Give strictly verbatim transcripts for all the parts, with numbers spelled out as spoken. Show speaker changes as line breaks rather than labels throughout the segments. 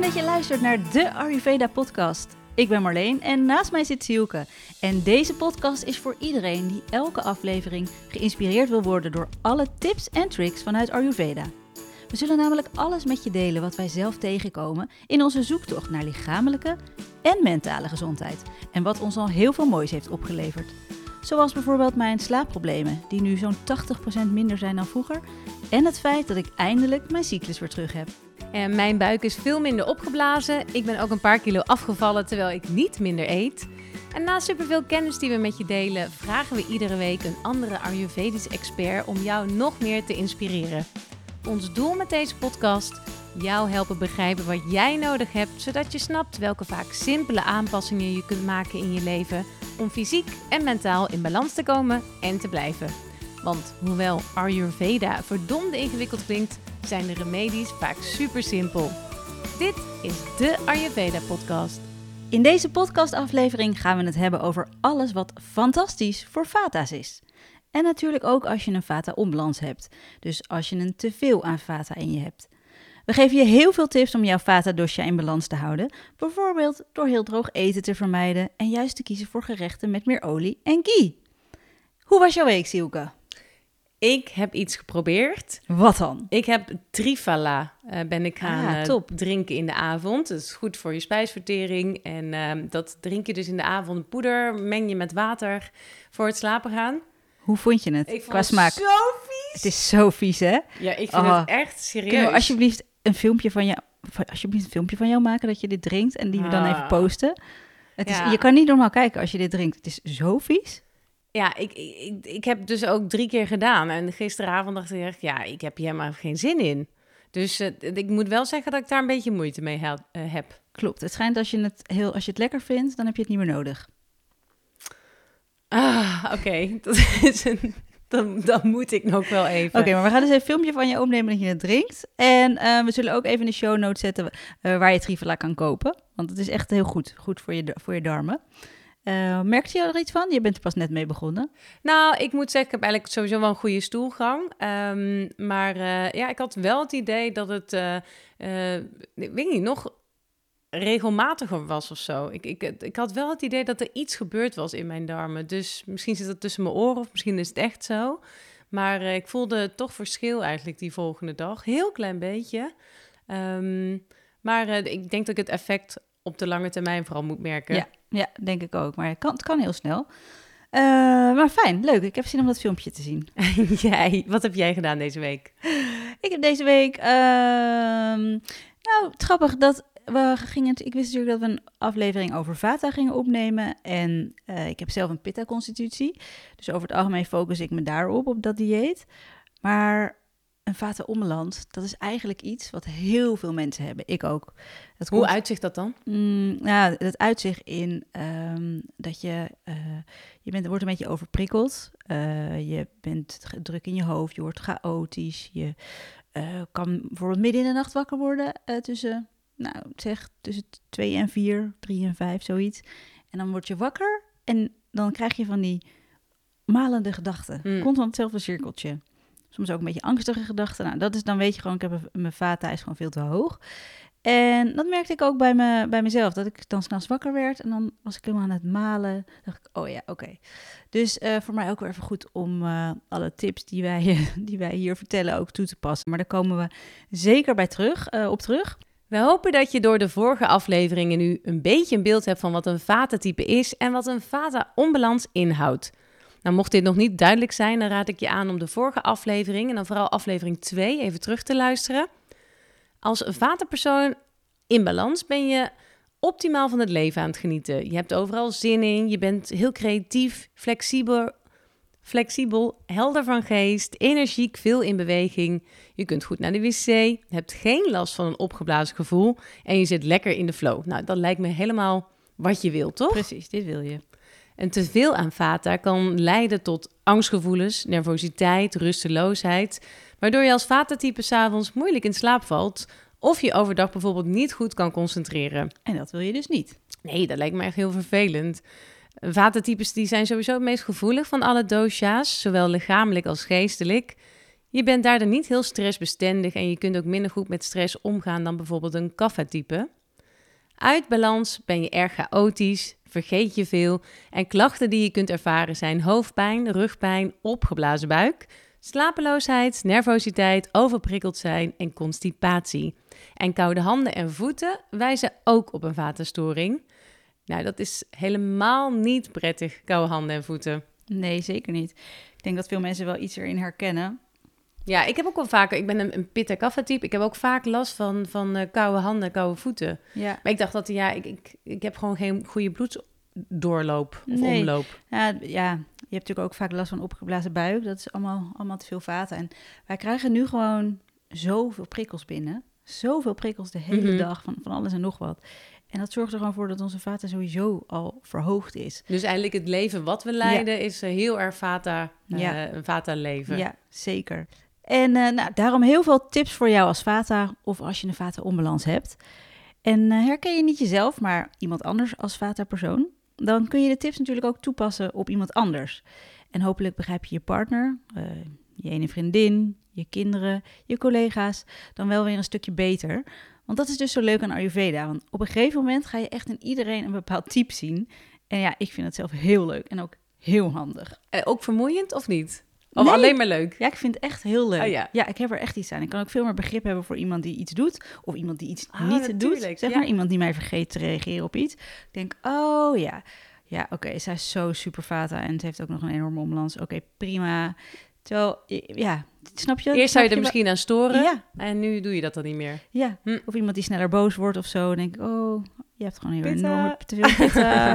dat je luistert naar de Ayurveda podcast. Ik ben Marleen en naast mij zit Sielke. En deze podcast is voor iedereen die elke aflevering geïnspireerd wil worden door alle tips en tricks vanuit Ayurveda. We zullen namelijk alles met je delen wat wij zelf tegenkomen in onze zoektocht naar lichamelijke en mentale gezondheid. En wat ons al heel veel moois heeft opgeleverd. Zoals bijvoorbeeld mijn slaapproblemen, die nu zo'n tachtig procent minder zijn dan vroeger. En het feit dat ik eindelijk mijn cyclus weer terug heb.
En mijn buik is veel minder opgeblazen. Ik ben ook een paar kilo afgevallen terwijl ik niet minder eet. En na superveel kennis die we met je delen, vragen we iedere week een andere Ayurvedisch expert om jou nog meer te inspireren. Ons doel met deze podcast: jou helpen begrijpen wat jij nodig hebt, zodat je snapt welke vaak simpele aanpassingen je kunt maken in je leven om fysiek en mentaal in balans te komen en te blijven. Want hoewel Ayurveda verdomde ingewikkeld klinkt, zijn de remedies vaak super simpel. Dit is de Ayurveda podcast.
In deze podcastaflevering gaan we het hebben over alles wat fantastisch voor vata's is. En natuurlijk ook als je een vata-onbalans hebt. Dus als je een teveel aan vata in je hebt. We geven je heel veel tips om jouw vata-dosha in balans te houden. Bijvoorbeeld door heel droog eten te vermijden en juist te kiezen voor gerechten met meer olie en ghee. Hoe was jouw week, Sielke?
Ik heb iets geprobeerd.
Wat dan?
Ik heb Triphala uh, ben ik gaan
Ah, top.
uh, drinken in de avond. Dat is goed voor je spijsvertering. En uh, dat drink je dus in de avond. Poeder meng je met water voor het slapen gaan.
Hoe vond je het
Ik vond
qua
het
smaak?
zo vies.
Het is zo vies, hè?
Ja, ik vind
Oh.
het echt serieus.
Kunnen we alsjeblieft een filmpje van jou, alsjeblieft een filmpje van jou maken dat je dit drinkt en die we dan
Ah.
even posten? Het is,
Ja.
Je kan niet normaal kijken als je dit drinkt. Het is zo vies.
Ja, ik, ik, ik heb het dus ook drie keer gedaan. En gisteravond dacht ik echt, ja, ik heb hier helemaal geen zin in. Dus uh, ik moet wel zeggen dat ik daar een beetje moeite mee ha- uh, heb.
Klopt. Het schijnt als je het, heel, als je het lekker vindt, dan heb je het niet meer nodig.
Ah, oké. Okay. Dat is een... Dan, dan moet ik nog wel even.
Oké, okay, maar we gaan dus even een filmpje van je opnemen dat je het drinkt. En uh, we zullen ook even in de show notes zetten uh, waar je Triphala kan kopen. Want het is echt heel goed. Goed voor je, voor je darmen. Uh, merkte je er iets van? Je bent er pas net mee begonnen.
Nou, ik moet zeggen, ik heb eigenlijk sowieso wel een goede stoelgang. Um, maar uh, ja, ik had wel het idee dat het, uh, uh, ik weet niet, nog regelmatiger was of zo. Ik, ik, ik had wel het idee dat er iets gebeurd was in mijn darmen. Dus misschien zit het tussen mijn oren of misschien is het echt zo. Maar uh, ik voelde toch verschil eigenlijk die volgende dag. Heel klein beetje. Um, maar uh, ik denk dat ik het effect op de lange termijn vooral moet merken.
Ja, ja, denk ik ook. Maar het kan, het kan heel snel. Uh, maar fijn, leuk. Ik heb zin om dat filmpje te zien.
Jij, wat heb jij gedaan deze week?
Ik heb deze week... Uh, nou, het grappig dat we gingen... Ik wist natuurlijk dat we een aflevering over vata gingen opnemen. En uh, ik heb zelf een pitta-constitutie. Dus over het algemeen focus ik me daarop, op dat dieet. Maar een vata-onbalans, dat is eigenlijk iets wat heel veel mensen hebben. Ik ook. Dat
Hoe
komt,
uitzicht dat dan?
Mm, nou, dat uitzicht in um, dat je... Uh, je bent, wordt een beetje overprikkeld. Uh, je bent druk in je hoofd. Je wordt chaotisch. Je uh, kan bijvoorbeeld midden in de nacht wakker worden. Uh, tussen, nou, zeg, tussen twee en vier, drie en vijf, zoiets. En dan word je wakker. En dan krijg je van die malende gedachten.
Mm.
Constant hetzelfde cirkeltje. Soms ook een beetje angstige gedachten. Nou, dat is dan weet je gewoon, ik heb een, mijn vata is gewoon veel te hoog. En dat merkte ik ook bij, me, bij mezelf. Dat ik dan 's nachts wakker werd en dan was ik helemaal aan het malen. Dacht ik, oh ja, oké. Okay. Dus uh, voor mij ook wel even goed om uh, alle tips die wij, uh, die wij hier vertellen ook toe te passen. Maar daar komen we zeker bij terug, uh, op terug.
We hopen dat je door de vorige afleveringen nu een beetje een beeld hebt van wat een vata-type is en wat een vata-onbalans inhoudt. Nou, mocht dit nog niet duidelijk zijn, dan raad ik je aan om de vorige aflevering en dan vooral aflevering twee even terug te luisteren. Als vata-persoon in balans ben je optimaal van het leven aan het genieten. Je hebt overal zin in, je bent heel creatief, flexibel, flexibel, helder van geest, energiek, veel in beweging. Je kunt goed naar de wc, hebt geen last van een opgeblazen gevoel en je zit lekker in de flow. Nou, dat lijkt me helemaal wat je wilt, toch?
Precies, dit wil je.
En te veel aan vata kan leiden tot angstgevoelens, nervositeit, rusteloosheid, waardoor je als vata-type 's avonds moeilijk in slaap valt of je overdag bijvoorbeeld niet goed kan concentreren.
En dat wil je dus niet.
Nee, dat lijkt me echt heel vervelend. Vata-types die zijn sowieso het meest gevoelig van alle dosha's, zowel lichamelijk als geestelijk. Je bent daardoor niet heel stressbestendig en je kunt ook minder goed met stress omgaan dan bijvoorbeeld een kaffa-type. Uit balans ben je erg chaotisch, vergeet je veel en klachten die je kunt ervaren zijn hoofdpijn, rugpijn, opgeblazen buik, slapeloosheid, nervositeit, overprikkeld zijn en constipatie. En koude handen en voeten wijzen ook op een vatenstoring. Nou, dat is helemaal niet prettig, koude handen en voeten.
Nee, zeker niet. Ik denk dat veel mensen wel iets erin herkennen.
Ja, ik heb ook wel vaker, ik ben een, een pitta kaffa type. Ik heb ook vaak last van, van uh, koude handen, koude voeten.
Ja.
Maar ik dacht dat, ja, ik, ik, ik heb gewoon geen goede bloeddoorloop of
nee.
omloop.
Ja, ja, je hebt natuurlijk ook vaak last van opgeblazen buik. Dat is allemaal, allemaal te veel vaten. En wij krijgen nu gewoon zoveel prikkels binnen. Zoveel prikkels de hele
Mm-hmm. dag
van, van alles en nog wat. En dat zorgt er gewoon voor dat onze vata sowieso al verhoogd is.
Dus eigenlijk het leven wat we leiden ja. is uh, heel erg vata, uh, ja. een vata leven.
Ja, zeker. En uh, nou, daarom heel veel tips voor jou als vata of als je een vata onbalans hebt. En uh, herken je niet jezelf, maar iemand anders als vata persoon, dan kun je de tips natuurlijk ook toepassen op iemand anders. En hopelijk begrijp je je partner, uh, je ene vriendin, je kinderen, je collega's dan wel weer een stukje beter. Want dat is dus zo leuk aan Ayurveda. Want op een gegeven moment ga je echt in iedereen een bepaald type zien. En ja, ik vind het zelf heel leuk en ook heel handig.
Uh, ook vermoeiend of niet? Of
nee.
alleen maar leuk?
Ja, ik vind het echt heel leuk.
Oh, ja.
ja, ik heb er echt iets aan. Ik kan ook veel meer begrip hebben voor iemand die iets doet. Of iemand die iets
oh,
niet
natuurlijk.
doet. Zeg
ja.
maar, iemand die mij vergeet te reageren op iets. Ik denk, oh ja. Ja, oké, okay, zij is zo super vata. En het heeft ook nog een enorme ombalans. Oké, okay, prima. Terwijl, ja, snap je?
Eerst zou je er
je
misschien aan storen.
Ja.
En nu doe je dat dan niet meer.
Ja,
hm.
of iemand die sneller boos wordt of zo. Dan denk ik, oh, je hebt gewoon heel enorm te veel pitta.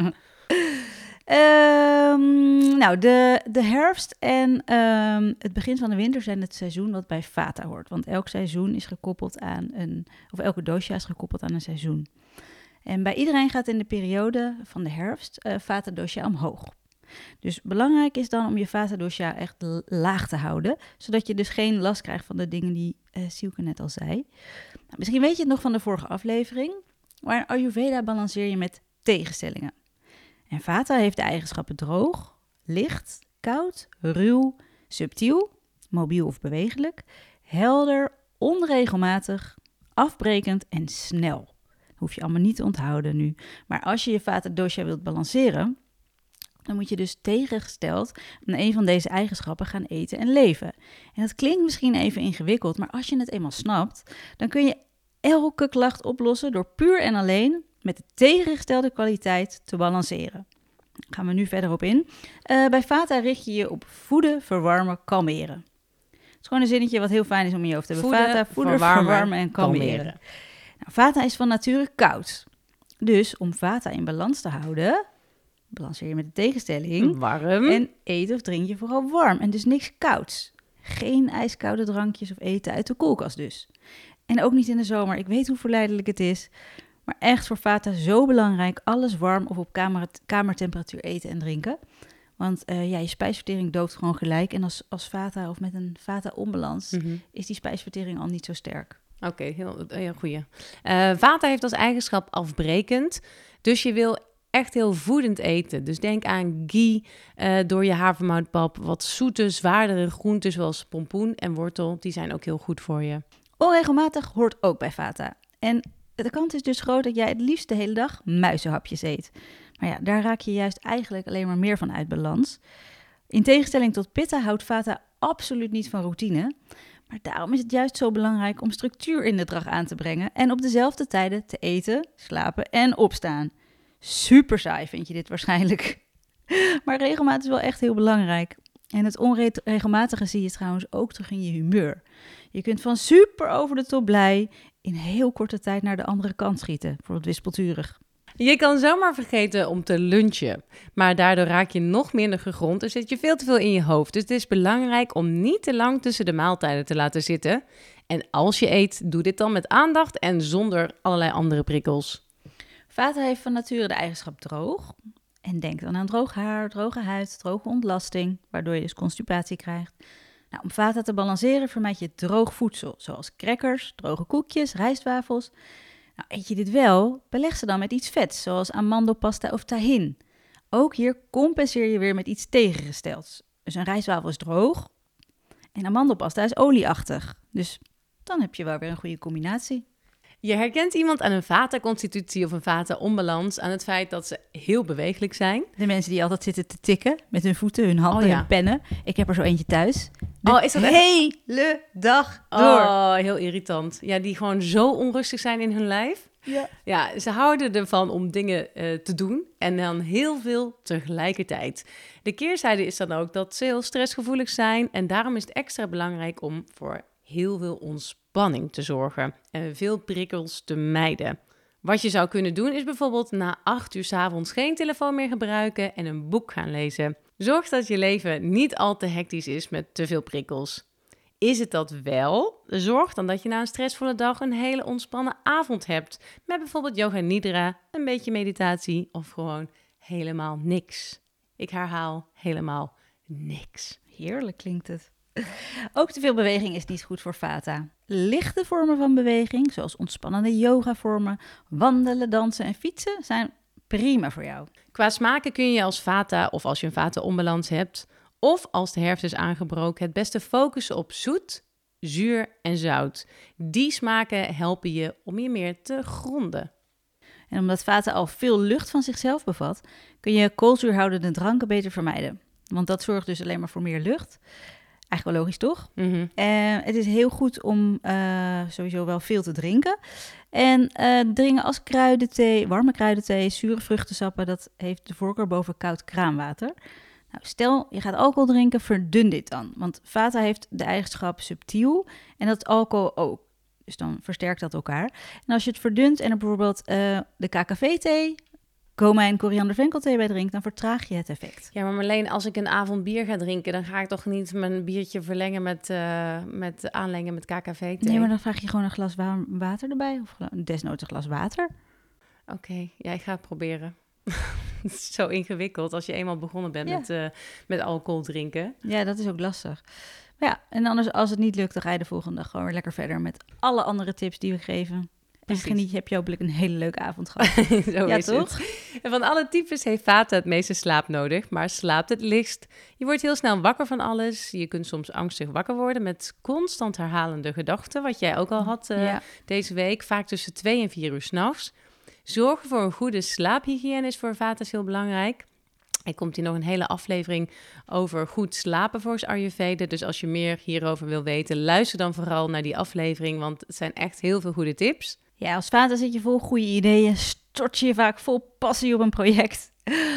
Um, nou, de, de herfst en um, het begin van de winter zijn het seizoen wat bij vata hoort. Want elk seizoen is gekoppeld aan een, of elke dosha is gekoppeld aan een seizoen. En bij iedereen gaat in de periode van de herfst uh, vata dosha omhoog. Dus belangrijk is dan om je vata dosha echt laag te houden, zodat je dus geen last krijgt van de dingen die uh, Sielke net al zei. Nou, misschien weet je het nog van de vorige aflevering, maar in Ayurveda balanceer je met tegenstellingen. En vata heeft de eigenschappen droog, licht, koud, ruw, subtiel, mobiel of bewegelijk, helder, onregelmatig, afbrekend en snel. Dat hoef je allemaal niet te onthouden nu. Maar als je je vata dosha wilt balanceren, dan moet je dus tegengesteld aan een van deze eigenschappen gaan eten en leven. En dat klinkt misschien even ingewikkeld, maar als je het eenmaal snapt, dan kun je elke klacht oplossen door puur en alleen met de tegengestelde kwaliteit te balanceren. Daar gaan we nu verder op in. Uh, bij vata richt je je op voeden, verwarmen, kalmeren. Het is gewoon een zinnetje wat heel fijn is om in je hoofd te hebben.
Voeden,
vata, voeden,
verwarmen,
verwarmen en kalmeren.
kalmeren.
Nou, vata is van nature koud. Dus om vata in balans te houden, balanceer je met de tegenstelling.
Warm.
En eet of drink je vooral warm. En dus niks kouds. Geen ijskoude drankjes of eten uit de koelkast dus. En ook niet in de zomer. Ik weet hoe verleidelijk het is. Maar echt voor vata zo belangrijk. Alles warm of op kamer, kamertemperatuur eten en drinken. Want uh, ja, je spijsvertering dooft gewoon gelijk. En als, als vata of met een vata-onbalans mm-hmm. is die spijsvertering al niet zo sterk.
Oké, okay, heel, heel goeie. Uh, vata heeft als eigenschap afbrekend. Dus je wil echt heel voedend eten. Dus denk aan ghee uh, door je havermoutpap. Wat zoete, zwaardere groenten zoals pompoen en wortel. Die zijn ook heel goed voor je.
Onregelmatig hoort ook bij vata. En de kans is dus groot dat jij het liefst de hele dag muizenhapjes eet. Maar ja, daar raak je juist eigenlijk alleen maar meer van uit balans. In tegenstelling tot pitta houdt vata absoluut niet van routine. Maar daarom is het juist zo belangrijk om structuur in de dag aan te brengen en op dezelfde tijden te eten, slapen en opstaan. Super saai vind je dit waarschijnlijk. Maar regelmaat is wel echt heel belangrijk. En het onregelmatige zie je trouwens ook terug in je humeur. Je kunt van super over de top blij in heel korte tijd naar de andere kant schieten. Bijvoorbeeld wispelturig.
Je kan zomaar vergeten om te lunchen. Maar daardoor raak je nog minder gegrond en zit je veel te veel in je hoofd. Dus het is belangrijk om niet te lang tussen de maaltijden te laten zitten. En als je eet, doe dit dan met aandacht en zonder allerlei andere prikkels.
Vata heeft van nature de eigenschap droog. En denk dan aan droog haar, droge huid, droge ontlasting, waardoor je dus constipatie krijgt. Nou, om vata te balanceren vermijd je droog voedsel, zoals crackers, droge koekjes, rijstwafels. Nou, eet je dit wel, beleg ze dan met iets vets, zoals amandelpasta of tahin. Ook hier compenseer je weer met iets tegengestelds. Dus een rijstwafel is droog En amandelpasta is olieachtig. Dus dan heb je wel weer een goede combinatie.
Je herkent iemand aan een vata-constitutie of een vata-onbalans aan het feit dat ze heel bewegelijk zijn.
De mensen die altijd zitten te tikken met hun voeten, hun handen,
Oh ja.
hun pennen. Ik heb er zo eentje thuis. De
Oh, is dat echt?
hele dag door.
Oh, heel irritant. Ja, die gewoon zo onrustig zijn in hun lijf.
Ja.
Ja, ze houden ervan om dingen uh, te doen en dan heel veel tegelijkertijd. De keerzijde is dan ook dat ze heel stressgevoelig zijn en daarom is het extra belangrijk om voor heel veel ontspanning te zorgen en veel prikkels te mijden. Wat je zou kunnen doen is bijvoorbeeld na acht uur 's avonds geen telefoon meer gebruiken en een boek gaan lezen. Zorg dat je leven niet al te hectisch is met te veel prikkels. Is het dat wel? Zorg dan dat je na een stressvolle dag een hele ontspannen avond hebt. Met bijvoorbeeld yoga nidra, een beetje meditatie of gewoon helemaal niks. Ik herhaal helemaal niks.
Heerlijk klinkt het. Ook te veel beweging is niet goed voor vata. Lichte vormen van beweging, zoals ontspannende yogavormen, wandelen, dansen en fietsen, zijn prima voor jou.
Qua smaken kun je als vata of als je een vata-onbalans hebt, of als de herfst is aangebroken, het beste focussen op zoet, zuur en zout. Die smaken helpen je om je meer te gronden.
En omdat vata al veel lucht van zichzelf bevat, kun je koolzuurhoudende dranken beter vermijden. Want dat zorgt dus alleen maar voor meer lucht. Eigenlijk wel logisch, toch?
Mm-hmm.
En het is heel goed om uh, sowieso wel veel te drinken. En uh, dringen als kruidenthee, warme kruidenthee, zure vruchtensappen, dat heeft de voorkeur boven koud kraanwater. Nou, stel, je gaat alcohol drinken, verdun dit dan. Want vata heeft de eigenschap subtiel en dat alcohol ook. Dus dan versterkt dat elkaar. En als je het verdunt en er bijvoorbeeld uh, de K K V-thee, komijn, koriander, venkelthee bij drinkt, dan vertraag je het effect.
Ja, maar Marleen, als ik een avond bier ga drinken, dan ga ik toch niet mijn biertje verlengen met, uh, met aanlengen met K K V-thee?
Nee, maar dan vraag je gewoon een glas wa- water erbij. Of desnoods een glas water.
Oké, okay, ja, ik ga het proberen. Het is zo ingewikkeld als je eenmaal begonnen bent ja. met, uh, met alcohol drinken.
Ja, dat is ook lastig. Maar ja, en anders als het niet lukt, dan ga je de volgende dag gewoon weer lekker verder met alle andere tips die we geven. En geniet, heb je hopelijk een hele leuke avond gehad.
Zo
ja,
is
toch?
Het. En van alle types heeft vata het meeste slaap nodig, maar slaapt het lichtst. Je wordt heel snel wakker van alles. Je kunt soms angstig wakker worden met constant herhalende gedachten, wat jij ook al had uh, ja. deze week, vaak tussen twee en vier uur 's nachts. Zorgen voor een goede slaaphygiëne is voor vata heel belangrijk. Er komt hier nog een hele aflevering over goed slapen volgens Ayurveda. Dus als je meer hierover wil weten, luister dan vooral naar die aflevering, want het zijn echt heel veel goede tips.
Ja, als vata zit je vol goede ideeën, stort je je vaak vol passie op een project.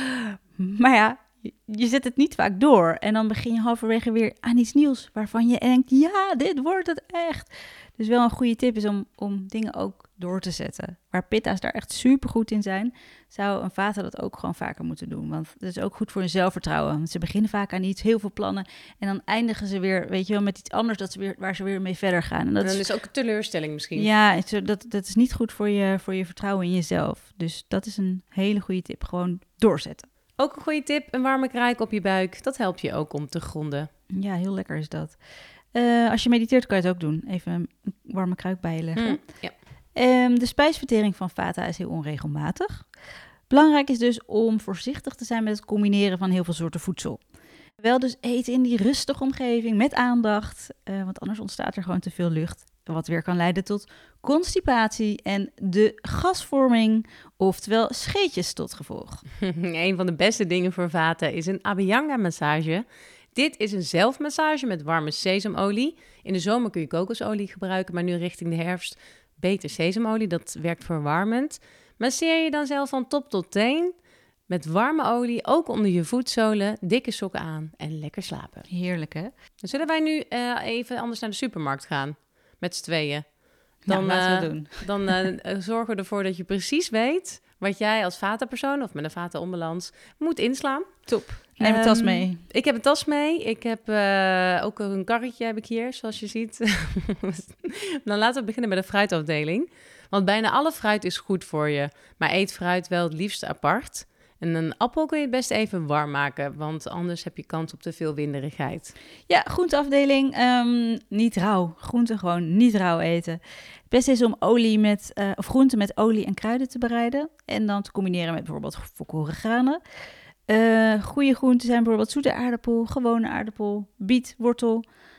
Maar ja, je zet het niet vaak door. En dan begin je halverwege weer aan iets nieuws waarvan je denkt, ja, dit wordt het echt. Dus wel een goede tip is om, om dingen ook door te zetten. Waar pitta's daar echt super goed in zijn, zou een vata dat ook gewoon vaker moeten doen. Want dat is ook goed voor hun zelfvertrouwen. Want ze beginnen vaak aan iets, heel veel plannen. En dan eindigen ze weer, weet je wel, met iets anders dat ze weer, waar ze weer mee verder gaan. En, dat
en dan
is
is ook een teleurstelling misschien.
Ja, dat, dat is niet goed voor je, voor je vertrouwen in jezelf. Dus dat is een hele goede tip. Gewoon doorzetten.
Ook een goede tip, een warme kraak op je buik. Dat helpt je ook om te gronden.
Ja, heel lekker is dat. Uh, als je mediteert kan je het ook doen. Even een warme kruik bij je leggen.
Mm, ja.
Um, de spijsvertering van vata is heel onregelmatig. Belangrijk is dus om voorzichtig te zijn met het combineren van heel veel soorten voedsel. Wel dus eten in die rustige omgeving met aandacht, uh, want anders ontstaat er gewoon te veel lucht. Wat weer kan leiden tot constipatie en de gasvorming, oftewel scheetjes tot gevolg.
Een van de beste dingen voor vata is een Abhyanga-massage. Dit is een zelfmassage met warme sesamolie. In de zomer kun je kokosolie gebruiken, maar nu richting de herfst beter sesamolie. Dat werkt verwarmend. Masseer je dan zelf van top tot teen met warme olie, ook onder je voetzolen, dikke sokken aan en lekker slapen.
Heerlijk, hè?
Dan zullen wij nu uh, even anders naar de supermarkt gaan, met z'n tweeën. Dan,
nou, laten we
uh,
doen.
Dan uh, zorgen we ervoor dat je precies weet wat jij als vata-persoon of met een vata-onbalans moet inslaan.
Top. Neem een tas
um,
mee.
Ik heb een tas mee. Ik heb uh, ook een karretje heb ik hier, zoals je ziet. Dan laten we beginnen met de fruitafdeling. Want bijna alle fruit is goed voor je. Maar eet fruit wel het liefst apart. En een appel kun je het best even warm maken, want anders heb je kans op te veel winderigheid.
Ja, groenteafdeling, um, niet rauw. Groenten gewoon niet rauw eten. Het beste is om olie met, uh, of groenten met olie en kruiden te bereiden. En dan te combineren met bijvoorbeeld volkoren granen. Uh, goede groenten zijn bijvoorbeeld zoete aardappel, gewone aardappel, biet, wortel.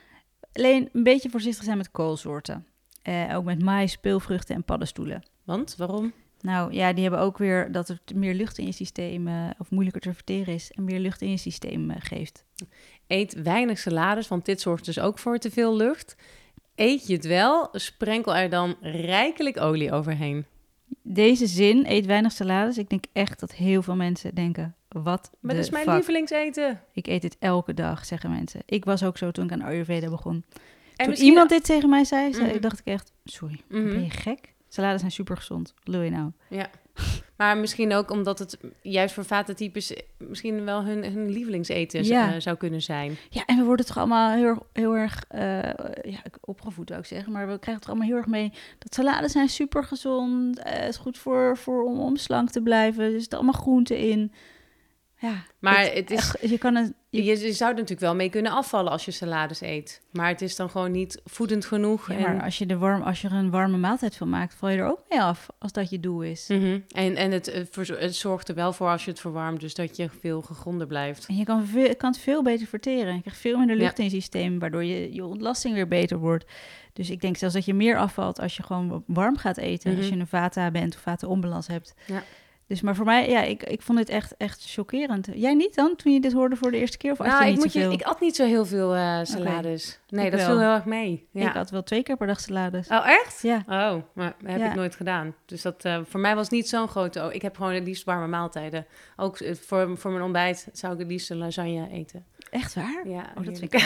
Alleen een beetje voorzichtig zijn met koolsoorten. Uh, ook met mais, peulvruchten en paddenstoelen.
Want, waarom?
Nou ja, die hebben ook weer dat er meer lucht in je systeem, uh, of moeilijker te verteren is, en meer lucht in je systeem uh, geeft.
Eet weinig salades, want dit zorgt dus ook voor te veel lucht. Eet je het wel, sprenkel er dan rijkelijk olie overheen.
Deze zin, eet weinig salades, ik denk echt dat heel veel mensen denken, wat
Maar dat is mijn
fuck?
lievelingseten.
Ik eet dit elke dag, zeggen mensen. Ik was ook zo toen ik aan Ayurveda begon. En toen
misschien...
iemand dit tegen mij zei, zei
mm-hmm.
dacht ik echt, sorry,
mm-hmm.
ben je gek? Salades zijn super gezond, wat wil je nou?
Ja, maar misschien ook omdat het juist voor vatentypes misschien wel hun, hun lievelingseten
ja.
uh, zou kunnen zijn.
Ja, en we worden toch allemaal heel erg, heel erg uh, ja, opgevoed, zou ik zeggen. Maar we krijgen het er allemaal heel erg mee dat salades zijn super gezond. Uh, het is goed voor, voor om, om slank te blijven. Er zitten allemaal groenten in. Ja,
maar
het,
het is,
je, kan het,
je... je zou er natuurlijk wel mee kunnen afvallen als je salades eet. Maar het is dan gewoon niet voedend genoeg.
Ja,
en...
maar als je, de warm, als je er een warme maaltijd van maakt, val je er ook mee af als dat je doel is.
Mm-hmm. En, en het, het, het zorgt er wel voor als je het verwarmt, dus dat je veel gegronder blijft.
En je kan, veel, kan het veel beter verteren. Je krijgt veel minder lucht
ja.
in je systeem, waardoor je, je ontlasting weer beter wordt. Dus ik denk zelfs dat je meer afvalt als je gewoon warm gaat eten. Mm-hmm. Als je een vata bent of vata-onbalans hebt.
Ja.
Dus, maar voor mij, ja, ik, ik vond dit echt, echt chockerend. Jij niet dan, toen je dit hoorde voor de eerste keer? Of
nou,
at je
ik,
niet
moet
zoveel?
je, ik at niet zo heel veel uh, salades. Okay. Nee,
ik
dat
wel.
viel heel erg mee. Ja.
Ik at wel twee keer per dag salades.
Oh, echt?
Ja.
Oh, maar dat heb
ja.
ik nooit gedaan. Dus dat, uh, voor mij was niet zo'n grote... Oh, ik heb gewoon het liefst warme maaltijden. Ook uh, voor, voor mijn ontbijt zou ik het liefst lasagne eten.
Echt waar?
Ja,
oh, dat vind ik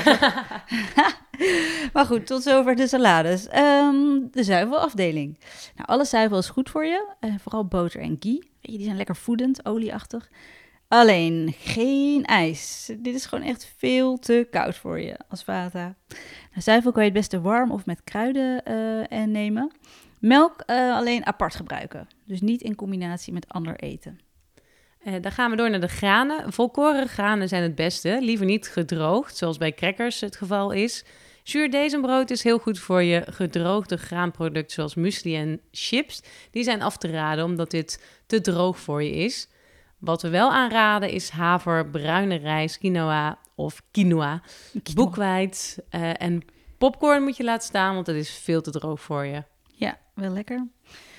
Maar goed, tot zover de salades. Um, de zuivelafdeling. Nou, alle zuivel is goed voor je. Uh, vooral boter en ghee. Weet je, die zijn lekker voedend, olieachtig. Alleen geen ijs. Dit is gewoon echt veel te koud voor je als vata. Nou, zuivel kan je het beste warm of met kruiden uh, nemen. Melk uh, alleen apart gebruiken. Dus niet in combinatie met ander eten.
Uh, dan gaan we door naar de granen. Volkoren granen zijn het beste. Liever niet gedroogd, zoals bij crackers het geval is. Zuurdesembrood is heel goed voor je. Gedroogde graanproducten zoals muesli en chips, die zijn af te raden omdat dit te droog voor je is. Wat we wel aanraden is haver, bruine rijst, quinoa of quinoa, quinoa. boekweit uh, en popcorn moet je laten staan, want het is veel te droog voor je.
Ja, wel lekker.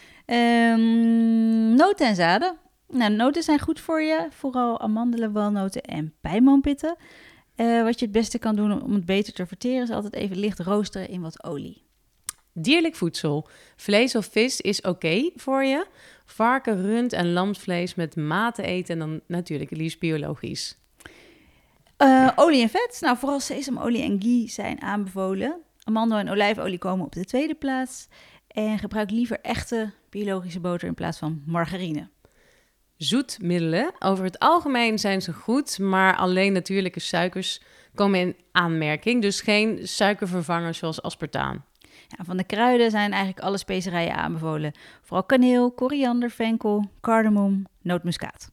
Um, noten en zaden. Nou, noten zijn goed voor je, vooral amandelen, walnoten en pijnboompitten. Uh, wat je het beste kan doen om het beter te verteren is altijd even licht roosteren in wat olie.
Dierlijk voedsel. Vlees of vis is oké okay voor je. Varken, rund en lamsvlees met mate eten en dan natuurlijk liefst biologisch.
Uh, olie en vet. Nou, vooral sesamolie en ghee zijn aanbevolen. Amandel- en olijfolie komen op de tweede plaats. En gebruik liever echte biologische boter in plaats van margarine.
Zoetmiddelen. Over het algemeen zijn ze goed, maar alleen natuurlijke suikers komen in aanmerking. Dus geen suikervervangers zoals aspartaan.
Ja, van de kruiden zijn eigenlijk alle specerijen aanbevolen. Vooral kaneel, koriander, venkel, cardamom, nootmuskaat.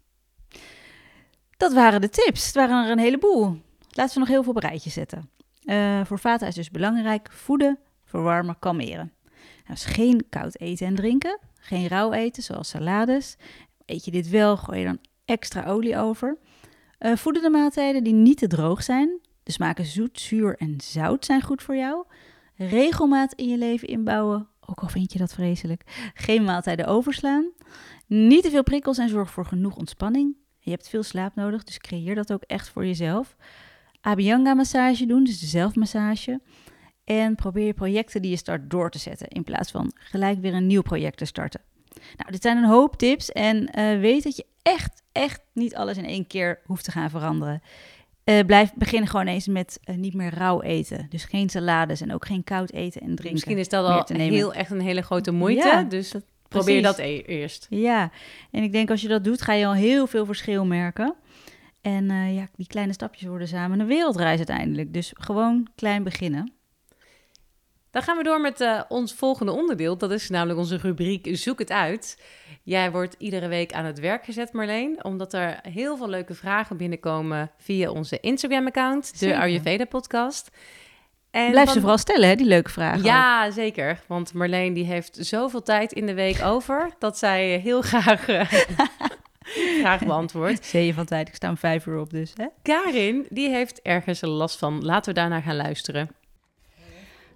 Dat waren de tips. Het waren er een heleboel. Laten we nog heel veel op een rijtje zetten. Uh, voor vata is dus belangrijk voeden, verwarmen, kalmeren. Nou, dus geen koud eten en drinken. Geen rauw eten, zoals salades. Eet je dit wel, gooi je dan extra olie over. Uh, voedende maaltijden die niet te droog zijn. De smaken zoet, zuur en zout zijn goed voor jou. Regelmaat in je leven inbouwen, ook al vind je dat vreselijk. Geen maaltijden overslaan. Niet te veel prikkels en zorg voor genoeg ontspanning. Je hebt veel slaap nodig, dus creëer dat ook echt voor jezelf. Abhyanga massage doen, dus de zelfmassage. En probeer je projecten die je start door te zetten, in plaats van gelijk weer een nieuw project te starten. Nou, dit zijn een hoop tips en uh, weet dat je echt, echt niet alles in één keer hoeft te gaan veranderen. Uh, blijf beginnen gewoon eens met uh, niet meer rauw eten. Dus geen salades en ook geen koud eten en drinken.
Misschien is dat al heel echt een hele grote moeite,
ja,
dus
dat,
probeer dat e- eerst.
Ja, en ik denk als je dat doet, ga je al heel veel verschil merken. En uh, ja, die kleine stapjes worden samen een wereldreis uiteindelijk. Dus gewoon klein beginnen.
Dan gaan we door met uh, ons volgende onderdeel. Dat is namelijk onze rubriek Zoek het uit. Jij wordt iedere week aan het werk gezet, Marleen, omdat er heel veel leuke vragen binnenkomen via onze Instagram-account, de Ayurveda podcast.
En Blijf van... ze vooral stellen, hè, die leuke vragen.
Ja, ook. Zeker. Want Marleen die heeft zoveel tijd in de week over, dat zij heel graag, uh, graag beantwoordt.
Zeeën van tijd, ik sta om vijf uur op dus. Hè?
Karin, die heeft ergens last van. Laten we daarnaar gaan luisteren.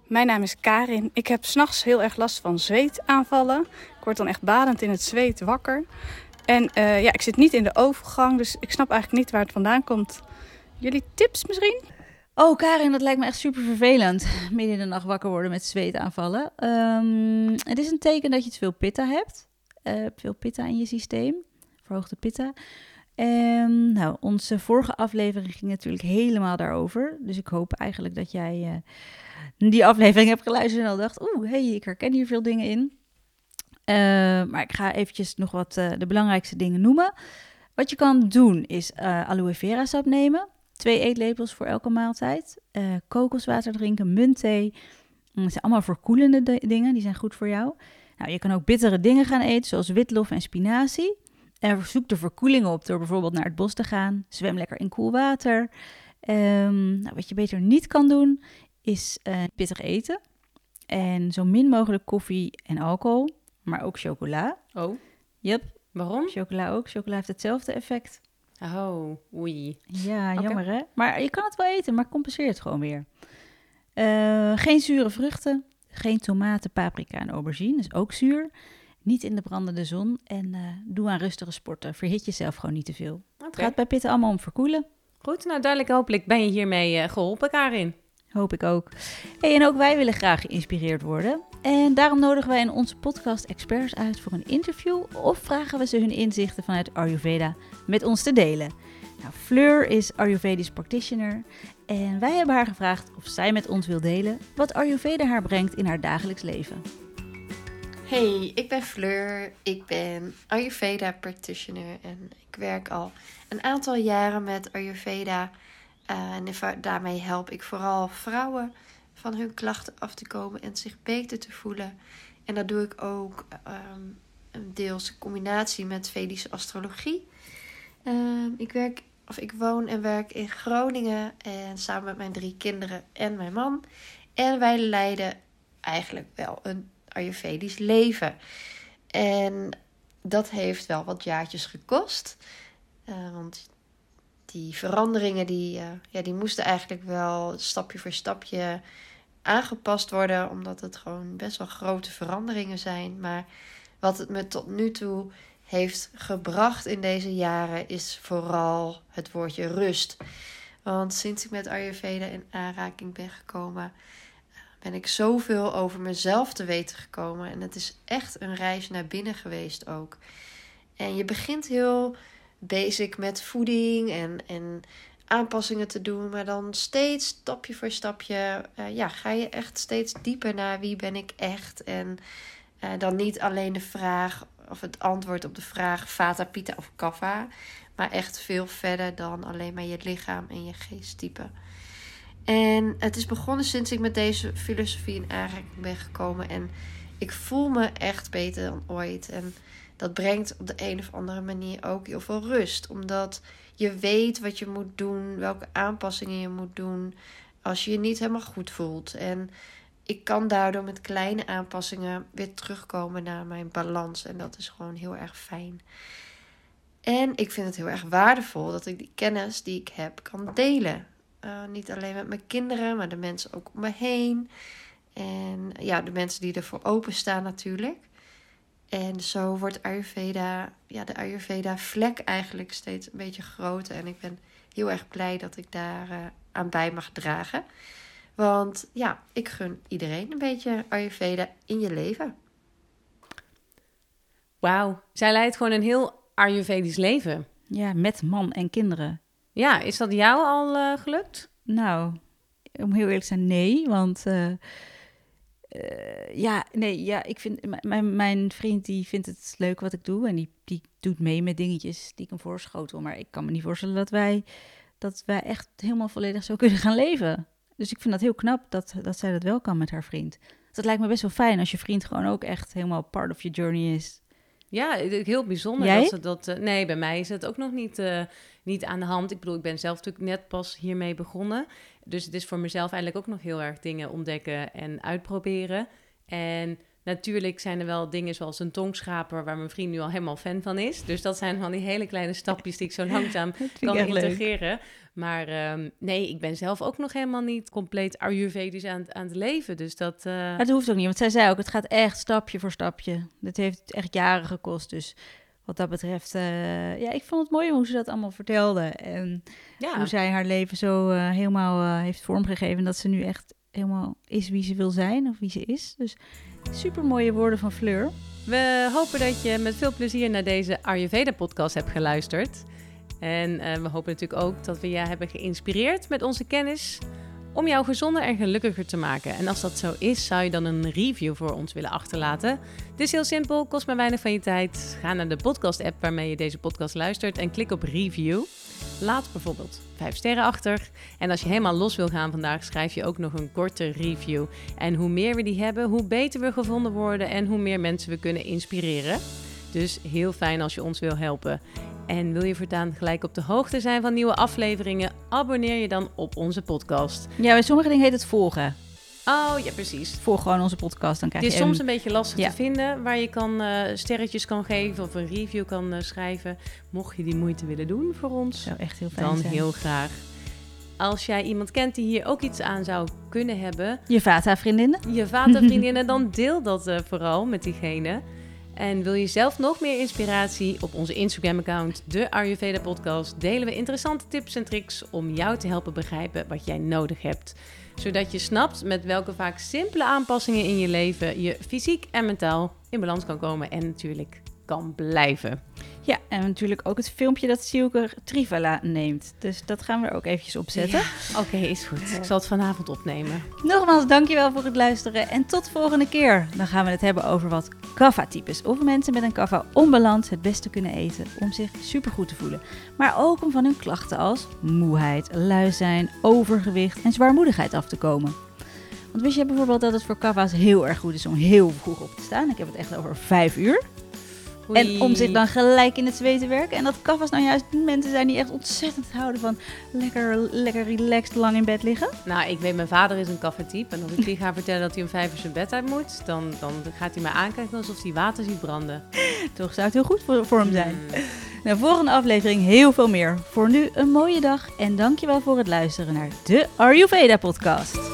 Mijn naam is Karin. Ik heb 's nachts heel erg last van zweetaanvallen. Ik word dan echt badend in het zweet wakker. En uh, ja, ik zit niet in de overgang, dus ik snap eigenlijk niet waar het vandaan komt. Jullie tips misschien?
Oh, Karin, dat lijkt me echt super vervelend. Midden in de nacht wakker worden met zweetaanvallen. Um, het is een teken dat je te veel pitta hebt. Uh, veel pitta in je systeem. Verhoogde pitta. Um, nou, onze vorige aflevering ging natuurlijk helemaal daarover. Dus ik hoop eigenlijk dat jij uh, die aflevering hebt geluisterd en al dacht... Oeh, hey, ik herken hier veel dingen in. Uh, maar ik ga eventjes nog wat uh, de belangrijkste dingen noemen. Wat je kan doen is uh, aloe vera sap nemen. Twee eetlepels voor elke maaltijd. Uh, kokoswater drinken, muntthee. Dat zijn allemaal verkoelende de- dingen, die zijn goed voor jou. Nou, je kan ook bittere dingen gaan eten, zoals witlof en spinazie. En zoek de verkoeling op door bijvoorbeeld naar het bos te gaan. Zwem lekker in koel water. Um, nou, wat je beter niet kan doen, is uh, pittig eten. En zo min mogelijk koffie en alcohol, maar ook chocola.
Oh,
Yep.
Waarom?
Chocola ook. Chocola heeft hetzelfde effect.
Oh, oei.
Ja,
Okay.
jammer hè. Maar je kan het wel eten, maar compenseer het gewoon weer. Uh, geen zure vruchten. Geen tomaten, paprika en aubergine. Dat is ook zuur. Niet in de brandende zon. En uh, doe aan rustige sporten. Verhit jezelf gewoon niet te veel. Okay. Het gaat bij pitten allemaal om verkoelen.
Goed, nou duidelijk. Hopelijk ben je hiermee uh, geholpen, Karin.
Hoop ik ook. Hey, en ook wij willen graag geïnspireerd worden. En daarom nodigen wij in onze podcast experts uit voor een interview. Of vragen we ze hun inzichten vanuit Ayurveda met ons te delen. Nou, Fleur is Ayurvedisch practitioner. En wij hebben haar gevraagd of zij met ons wil delen wat Ayurveda haar brengt in haar dagelijks leven.
Hey, ik ben Fleur. Ik ben Ayurveda practitioner en ik werk al een aantal jaren met Ayurveda. Uh, en daarmee help ik vooral vrouwen van hun klachten af te komen en zich beter te voelen. En dat doe ik ook um, een deels in combinatie met Vedische astrologie. Um, ik werk, of ik woon en werk in Groningen en samen met mijn drie kinderen en mijn man. En wij leiden eigenlijk wel een Ayurvedisch leven. En dat heeft wel wat jaartjes gekost. Uh, want die veranderingen die, uh, ja, die moesten eigenlijk wel stapje voor stapje aangepast worden. Omdat het gewoon best wel grote veranderingen zijn. Maar wat het me tot nu toe heeft gebracht in deze jaren is vooral het woordje rust. Want sinds ik met Ayurveda in aanraking ben gekomen, ben ik zoveel over mezelf te weten gekomen. En het is echt een reis naar binnen geweest ook. En je begint heel basic met voeding en, en aanpassingen te doen. Maar dan steeds stapje voor stapje uh, ja, ga je echt steeds dieper naar wie ben ik echt. En uh, dan niet alleen de vraag of het antwoord op de vraag Vata, Pitta of Kapha. Maar echt veel verder dan alleen maar je lichaam en je geesttype. En het is begonnen sinds ik met deze filosofie in aanraking ben gekomen. En ik voel me echt beter dan ooit. En dat brengt op de een of andere manier ook heel veel rust. Omdat je weet wat je moet doen, welke aanpassingen je moet doen als je je niet helemaal goed voelt. En ik kan daardoor met kleine aanpassingen weer terugkomen naar mijn balans. En dat is gewoon heel erg fijn. En ik vind het heel erg waardevol dat ik die kennis die ik heb kan delen. Uh, niet alleen met mijn kinderen, maar de mensen ook om me heen. En ja, de mensen die ervoor openstaan natuurlijk. En zo wordt Ayurveda, ja, de Ayurveda-vlek eigenlijk steeds een beetje groter. En ik ben heel erg blij dat ik daar uh, aan bij mag dragen. Want ja, ik gun iedereen een beetje Ayurveda in je leven.
Wauw, zij leidt gewoon een heel Ayurvedisch leven.
Ja, met man en kinderen.
Ja, is dat jou al uh, gelukt?
Nou, om heel eerlijk te zijn, nee. Want uh, uh, ja, nee, ja, ik vind m- mijn, mijn vriend die vindt het leuk wat ik doe. En die, die doet mee met dingetjes die ik hem voorschotel. Maar ik kan me niet voorstellen dat wij, dat wij echt helemaal volledig zo kunnen gaan leven. Dus ik vind dat heel knap dat, dat zij dat wel kan met haar vriend. Dus dat lijkt me best wel fijn als je vriend gewoon ook echt helemaal part of your journey is.
Ja, heel bijzonder.
Jij?
Dat ze dat, uh, nee, bij mij is het ook nog niet, uh, niet aan de hand. Ik bedoel, ik ben zelf natuurlijk net pas hiermee begonnen. Dus het is voor mezelf eigenlijk ook nog heel erg dingen ontdekken en uitproberen. En Natuurlijk zijn er wel dingen zoals een tongschraper, waar mijn vriend nu al helemaal fan van is. Dus dat zijn van die hele kleine stapjes die ik zo langzaam kan integreren. Leuk. Maar um, nee, ik ben zelf ook nog helemaal niet compleet Ayurvedisch aan, aan het leven. Dus dat... Uh...
Maar dat hoeft ook niet, want zij zei ook, het gaat echt stapje voor stapje. Dit heeft echt jaren gekost, dus... Wat dat betreft, uh, ja, ik vond het mooi hoe ze dat allemaal vertelde. En ja. hoe zij haar leven zo uh, helemaal uh, heeft vormgegeven. Dat ze nu echt helemaal is wie ze wil zijn of wie ze is. Dus super mooie woorden van Fleur.
We hopen dat je met veel plezier naar deze Ayurveda-podcast hebt geluisterd. En uh, we hopen natuurlijk ook dat we je hebben geïnspireerd met onze kennis... om jou gezonder en gelukkiger te maken. En als dat zo is, zou je dan een review voor ons willen achterlaten. Het is heel simpel, kost maar weinig van je tijd. Ga naar de podcast-app waarmee je deze podcast luistert en klik op review. Laat bijvoorbeeld vijf sterren achter. En als je helemaal los wil gaan vandaag, schrijf je ook nog een korte review. En hoe meer we die hebben, hoe beter we gevonden worden en hoe meer mensen we kunnen inspireren. Dus heel fijn als je ons wil helpen. En wil je voortaan gelijk op de hoogte zijn van nieuwe afleveringen? Abonneer je dan op onze podcast.
Ja, bij sommige dingen heet het volgen.
Oh, ja, precies.
Volg gewoon onze podcast, dan krijg
je... Het
je
is soms
een...
een beetje lastig
ja.
te vinden, waar je kan uh, sterretjes kan geven of een review kan uh, schrijven. Mocht je die moeite willen doen voor ons,
zou echt heel fijn
dan
zijn.
Heel graag. Als jij iemand kent die hier ook iets aan zou kunnen hebben...
Je Vata-vriendinnen.
Je Vata-vriendinnen, dan deel dat uh, vooral met diegene. En wil je zelf nog meer inspiratie? Op onze Instagram-account, de Ayurveda Podcast, delen we interessante tips en tricks om jou te helpen begrijpen wat jij nodig hebt. Zodat je snapt met welke vaak simpele aanpassingen in je leven je fysiek en mentaal in balans kan komen en natuurlijk kan blijven.
Ja, en natuurlijk ook het filmpje dat Sielke Triphala neemt. Dus dat gaan we er ook eventjes opzetten.
Ja, Oké, okay, is goed. Ik zal het vanavond opnemen.
Nogmaals, dankjewel voor het luisteren en tot de volgende keer. Dan gaan we het hebben over wat kapha-types of mensen met een kapha-onbalans het beste kunnen eten om zich supergoed te voelen. Maar ook om van hun klachten als moeheid, lui zijn, overgewicht en zwaarmoedigheid af te komen. Want wist je bijvoorbeeld dat het voor kapha's heel erg goed is om heel vroeg op te staan? Ik heb het echt over vijf uur. Oei. En om zich dan gelijk in het zweet te werken. En dat kapha's nou juist mensen zijn die echt ontzettend houden van lekker, lekker relaxed lang in bed liggen.
Nou, ik weet, mijn vader is een kapha-type. En als ik die ga vertellen dat hij om vijf uur zijn bed uit moet, dan, dan gaat hij mij aankijken alsof hij water ziet branden.
Toch zou het heel goed voor, voor hem zijn. Hmm. Nou, volgende aflevering heel veel meer. Voor nu een mooie dag en dankjewel voor het luisteren naar de Ayurveda podcast.